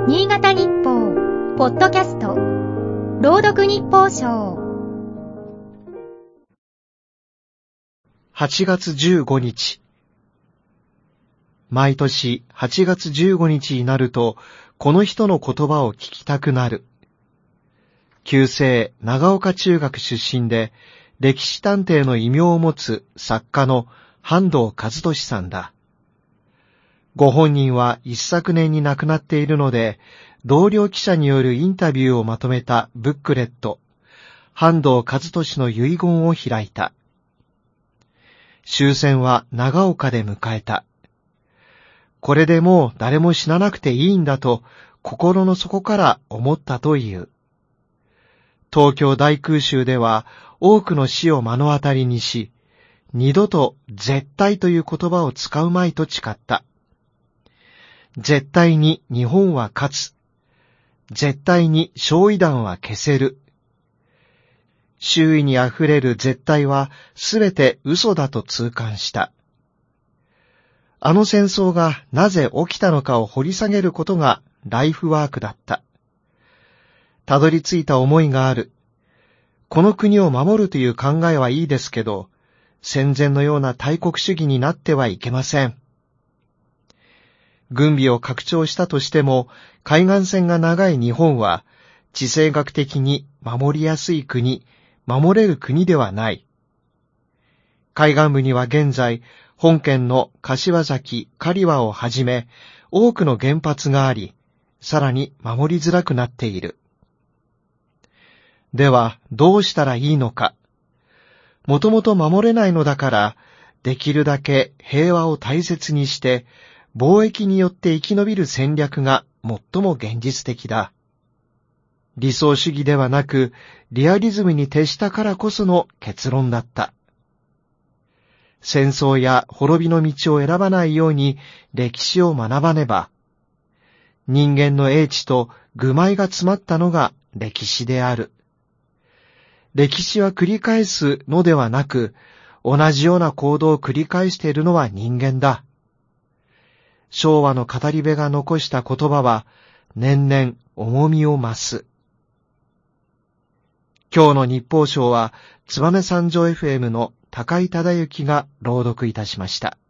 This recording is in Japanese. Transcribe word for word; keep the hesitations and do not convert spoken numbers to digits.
新潟日報ポッドキャスト朗読日報賞はちがつじゅうごにち。毎年はちがつじゅうごにちになるとこの人の言葉を聞きたくなる。旧制長岡中学出身で歴史探偵の異名を持つ作家の半藤一利さんだ。ご本人は一昨年に亡くなっているので、同僚記者によるインタビューをまとめたブックレット、半藤一利の遺言を開いた。終戦は長岡で迎えた。これでもう誰も死ななくていいんだと心の底から思ったという。東京大空襲では多くの死を目の当たりにし、二度と絶対という言葉を使うまいと誓った。絶対に日本は勝つ。絶対に焼夷弾は消せる。周囲にあふれる絶対はすべて嘘だと痛感した。あの戦争がなぜ起きたのかを掘り下げることがライフワークだった。たどり着いた思いがある。この国を守るという考えはいいですけど、戦前のような大国主義になってはいけません。軍備を拡張したとしても、海岸線が長い日本は、地政学的に守りやすい国、守れる国ではない。海岸部には現在、本県の柏崎、刈羽をはじめ、多くの原発があり、さらに守りづらくなっている。では、どうしたらいいのか。もともと守れないのだから、できるだけ平和を大切にして、貿易によって生き延びる戦略が最も現実的だ。理想主義ではなく、リアリズムに徹したからこその結論だった。戦争や滅びの道を選ばないように歴史を学ばねば、人間の英知と愚昧が詰まったのが歴史である。歴史は繰り返すのではなく、同じような行動を繰り返しているのは人間だ。昭和の語り部が残した言葉は年々重みを増す。今日の日報賞は燕三条 エフエム の高井忠幸が朗読いたしました。